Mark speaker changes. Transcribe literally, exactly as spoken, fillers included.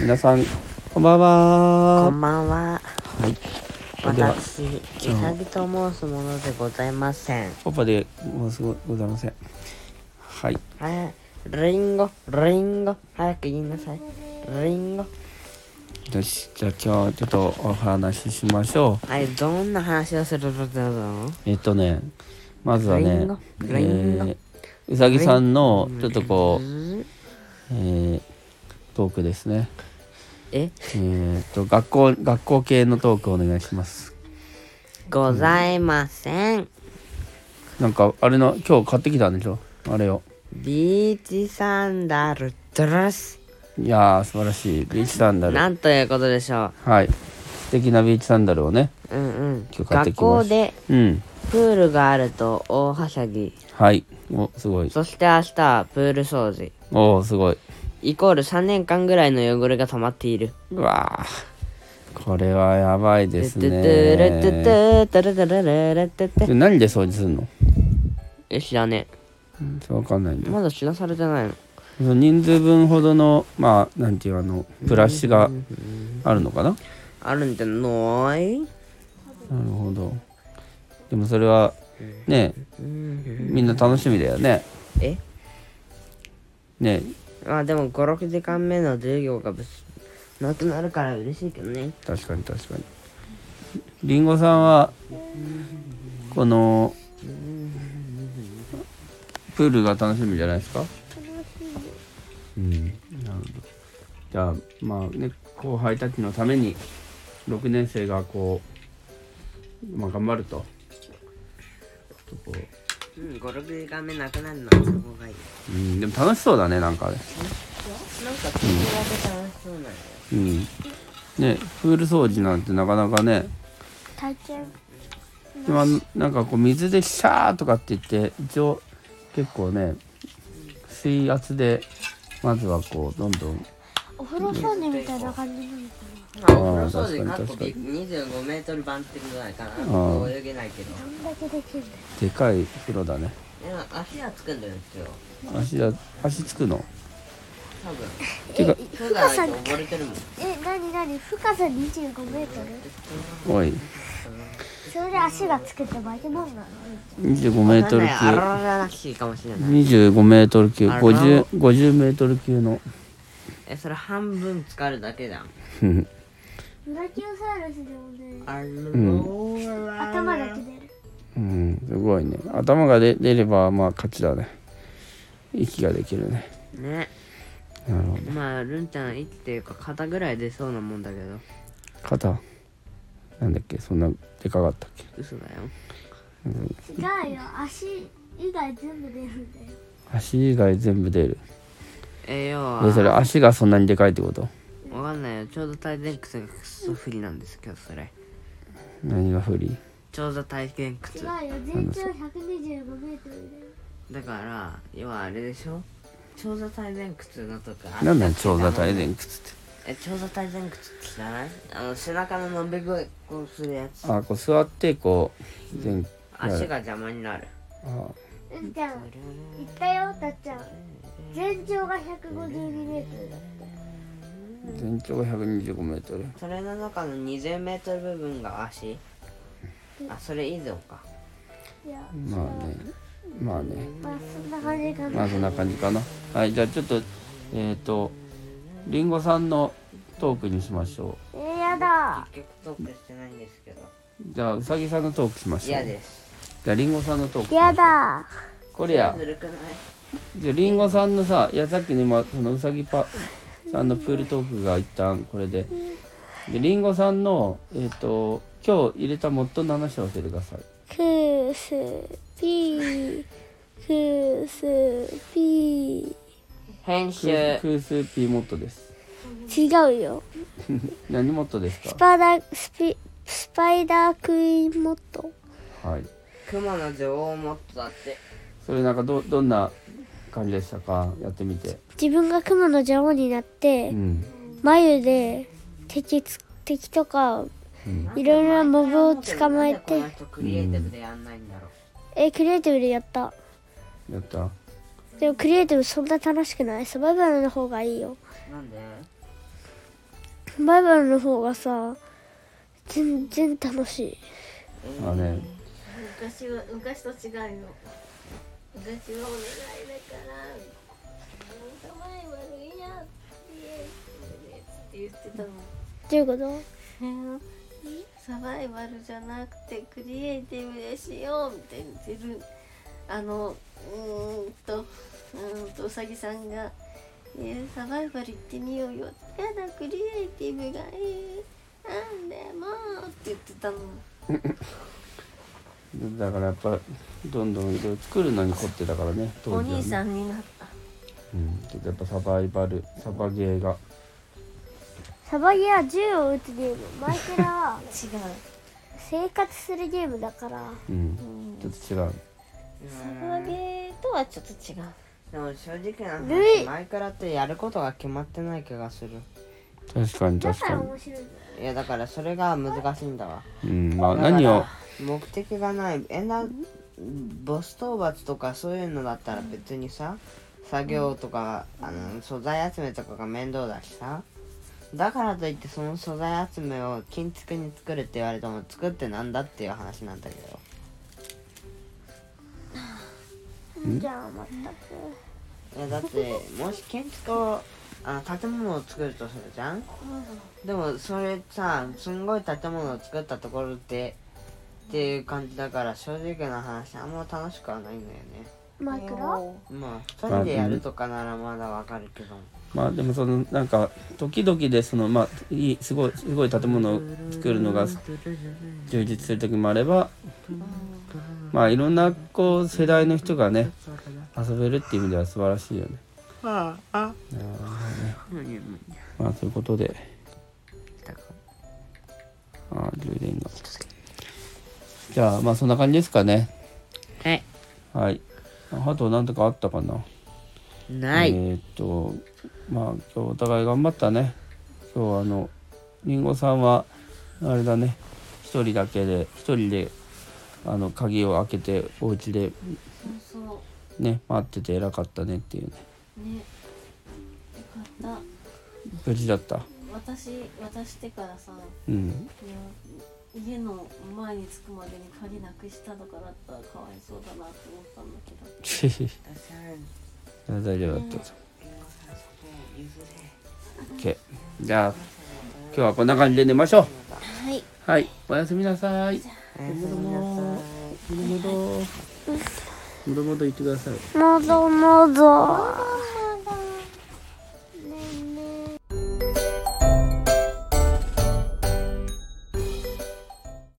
Speaker 1: 皆さんこんばんは。
Speaker 2: こんばんは。
Speaker 1: はい。
Speaker 2: 私、うさぎと申すものでございません。
Speaker 1: パパでもうすごいございません。はい。
Speaker 2: はい、リンゴ、リンゴ、早く言いなさい。リンゴ。
Speaker 1: よし、じゃあ今日ちょっとお話ししましょう。
Speaker 2: はい、どんな話をするの？
Speaker 1: えっとね、まずはね、
Speaker 2: リンゴリンゴ
Speaker 1: えー、うさぎさんのちょっとこう、えー、トークですね。
Speaker 2: え
Speaker 1: えっと学校学校系のトークお願いします。
Speaker 2: ございません。
Speaker 1: なんかあれの今日買ってきたんでしょ、あれを。
Speaker 2: ビーチサンダルドレス。
Speaker 1: いやー素晴らしいビーチサンダル。
Speaker 2: なんということでしょ
Speaker 1: はい。素敵なビーチサンダルをね。
Speaker 2: う。うんうん。
Speaker 1: 今日買って
Speaker 2: 学
Speaker 1: きました。
Speaker 2: 校で
Speaker 1: うん
Speaker 2: プールがあると大はしゃぎ。
Speaker 1: はい。おすごい。
Speaker 2: そして明日はプール掃除。
Speaker 1: おすごい。
Speaker 2: イコールさんねんかんぐらいの汚れが溜まっている。
Speaker 1: うわーこれはやばいですね。何で掃除するの？
Speaker 2: え、知らね
Speaker 1: え。わかんないん
Speaker 2: え。
Speaker 1: だ。
Speaker 2: まだ知らされてないの。
Speaker 1: その人数分ほどのまあなんていうあのブラシがあるのかな？
Speaker 2: あるんじゃない？
Speaker 1: なるほど。でもそれはねみんな楽しみだよね。
Speaker 2: え
Speaker 1: ね
Speaker 2: まあでもごろくじかんめの授業がなくなるから嬉しいけどね。
Speaker 1: 確かに確かに。りんごさんはこのプールが楽しみじゃないですか？うん、なるほど。じゃあまあね後輩たちのためにろくねん生がこう、まあ、頑張ると。こ
Speaker 2: うん、ごろくじかんめなくなるのはそこがいい。
Speaker 1: う、うん、でも楽しそうだねなんかね。
Speaker 2: なんか途中で楽しそうなんだよ。
Speaker 1: うん。ねプール掃除なんてなかなかね。
Speaker 3: 体験
Speaker 1: 今なんかこう水でシャーとかって言って一応結構ね水圧でまずはこうどんどん
Speaker 3: お風呂掃除みたいな感じなのか
Speaker 2: まあ、お風呂掃
Speaker 1: 確かに
Speaker 2: 除かっこ
Speaker 1: 確かに
Speaker 2: にじゅうごメートル版ってぐらいかな。
Speaker 1: あ
Speaker 2: 泳げないけど。
Speaker 3: な。どんだけできるんだよ。
Speaker 1: でかい風呂だね。
Speaker 2: いや、足はつくんだよ、一応。
Speaker 1: 足だ足つくの？
Speaker 2: 多分。
Speaker 1: てか
Speaker 2: そうだないと溺れてるもん。
Speaker 3: え、なになに深さにじゅうごメートル？
Speaker 1: おい
Speaker 3: それで足がつけてバケモンなの？
Speaker 1: にじゅうごメートル
Speaker 2: あらららしいかもしれない。
Speaker 1: 級にじゅうごメートル級
Speaker 2: あら
Speaker 1: ごじゅう、ごじゅうメートル級の
Speaker 2: え、それ半分浸かるだけじゃん。
Speaker 3: ブラキオサウルスでもね、
Speaker 2: あら
Speaker 3: 頭だけ出る。
Speaker 1: うんすごいね。頭が出ればまあ勝ちだね。息ができるね。
Speaker 2: ね。
Speaker 1: なるほど。
Speaker 2: まあ、ルンちゃん、いっていうか、肩ぐらい出そうなもんだけど。
Speaker 1: 肩なんだっけ、そんなでかかったっけ？
Speaker 2: 嘘だよ。
Speaker 3: 違うよ、足以外全部出るんだよ。
Speaker 1: 足以外全部出る。
Speaker 2: えー、要
Speaker 1: でそれ
Speaker 2: は、
Speaker 1: 足がそんなにでかいってこと？
Speaker 2: わかんないよ。ちょうど体前屈がクソ不利なんですけど、それ。
Speaker 1: 何が不利？
Speaker 2: ちょうど体前
Speaker 3: 違
Speaker 2: 屈。
Speaker 3: うよ、全長ひゃくにじゅうごメートルだよ。
Speaker 2: だから要はあれでしょ、長座体前屈のとか
Speaker 1: なんなん長座体前屈って？
Speaker 2: え長座体前屈って知らない？あの背中の伸び声こうするやつ。
Speaker 1: あこう座ってこう前、
Speaker 2: 足が邪魔になる。
Speaker 1: あ
Speaker 3: うんちゃん、言ったよ、たっちゃん。全長がひゃくごじゅうにメートルだった。
Speaker 1: 全長がひゃくにじゅうごメートル。
Speaker 2: それの中のにじゅうメートル部分が足。あ、それ以上か。
Speaker 3: いや、
Speaker 1: まあねまあね
Speaker 3: まあそんな感じかな。
Speaker 1: まあそんな感じかな。はい、じゃあちょっとえっ、ー、とりんごさんのトークにしましょ
Speaker 3: えー、やだ。
Speaker 2: 結局トークしてないんですけど。
Speaker 1: う。じゃあうさぎさんのトークしましょう。
Speaker 2: 嫌です。
Speaker 1: じゃありんごさんのトーク。
Speaker 3: やだ。
Speaker 1: これや。
Speaker 2: ずるくない？
Speaker 1: じゃありんごさんのさ、いやさっきの今そのうさぎパさんのプールトークが一旦これで。でりんごさんのえっ、ー、と今日入れたモットーの話を教えてください。
Speaker 3: クースピークースピー。
Speaker 2: 編集。
Speaker 1: クースピーモットです。
Speaker 3: 違うよ。
Speaker 1: 何モットですか？
Speaker 3: スパダスピスパイダークイーンモット。
Speaker 1: はい。
Speaker 2: 雲の女王モットだって。
Speaker 1: それなんかどどんな感じでしたか？やってみて。
Speaker 3: 自分が雲の女王になって、
Speaker 1: うん。
Speaker 3: 眉で敵つ敵とか
Speaker 1: うん
Speaker 3: いろいろなモブを捕まえて。
Speaker 2: なんでこの人クリエイティブでやんないんだろう。
Speaker 3: えクリエイティブでやった。
Speaker 1: やった。
Speaker 3: でもクリエイティブそんな楽しくない。サバイバルの方がいいよ。
Speaker 2: なんで？
Speaker 3: バイバルの方がさ全然楽しい。
Speaker 1: まあね、
Speaker 4: 昔は昔と違うよ。昔はお願いだからサバイバルやって言ってたの。
Speaker 3: どういうこと？
Speaker 4: サバイバルじゃなくてクリエイティブでしようって言ってる。あのうーんとうーんとうさぎさんが、えー、サバイバル行ってみようよ。やだクリエイティブがいい。なんでもって言ってたの。
Speaker 1: だからやっぱどんどんいろいろ作るのに凝ってたからね、当
Speaker 4: お
Speaker 1: 時はね。
Speaker 4: 兄さんになった。
Speaker 1: うん、ちょっとやっぱサバイバルサバゲーが
Speaker 3: サバゲーは銃を撃つゲーム。マイクラは
Speaker 4: 違う。
Speaker 3: 生活するゲームだから。
Speaker 1: うん、ちょっと違う。
Speaker 4: サバゲーとはちょっと違う。
Speaker 2: でも正直な
Speaker 3: ルイ
Speaker 2: 話、マイクラってやることが決まってない気がする。
Speaker 1: 確かに
Speaker 3: だか
Speaker 1: 確からに。
Speaker 3: 面白いんだよ。
Speaker 2: いやだからそれが難しいんだわ。
Speaker 1: うん、まあ
Speaker 2: だから
Speaker 1: 何を
Speaker 2: 目的がないえなボス討伐とかそういうのだったら別にさ、作業とかあの素材集めとかが面倒だしさ、だからといってその素材集めを金付に作るって言われても作ってなんだっていう話なんだけど。
Speaker 3: じゃあまったく。
Speaker 2: いやだってもし建築をあの建物を作るとするじゃん。でもそれさすんごい建物を作ったところってっていう感じだから正直な話あんま楽しくはないんだよね。
Speaker 3: マイクラ？
Speaker 2: まあふたりでやるとかならまだわかるけど、
Speaker 1: まあでもそのなんか時々でそのまあいいすごいすごい建物を作るのが充実する時もあれば、まあいろんなこう世代の人がね遊べるっていう意味では素晴らしいよね。
Speaker 2: ああ
Speaker 1: いやーねまあということで、あー充電がじゃあまあそんな感じですかね。
Speaker 2: はい
Speaker 1: はい。あとなんとかあったかな。
Speaker 2: ない、
Speaker 1: えーっとまあ今日お互い頑張ったね。今日あのりんごさんはあれだね、一人だけで一人であの鍵を開けてお家で
Speaker 4: そうそ
Speaker 1: ね待ってて偉かったねっていうね。
Speaker 4: うね。よかった。
Speaker 1: 無事だった。
Speaker 4: 私渡してからさ、
Speaker 1: うん。
Speaker 4: いや家の前に着くまでに鍵なくしたとかだったらかわいそうだなって思ったんだけど。
Speaker 1: 大丈夫だったぞ。OK。じゃあ今日はこんな感じで寝ましょう。
Speaker 4: はい。
Speaker 1: はい。おやすみなさい。
Speaker 2: おやすみなさい。
Speaker 1: もどもど。もどもど言ってください。
Speaker 3: もどもど。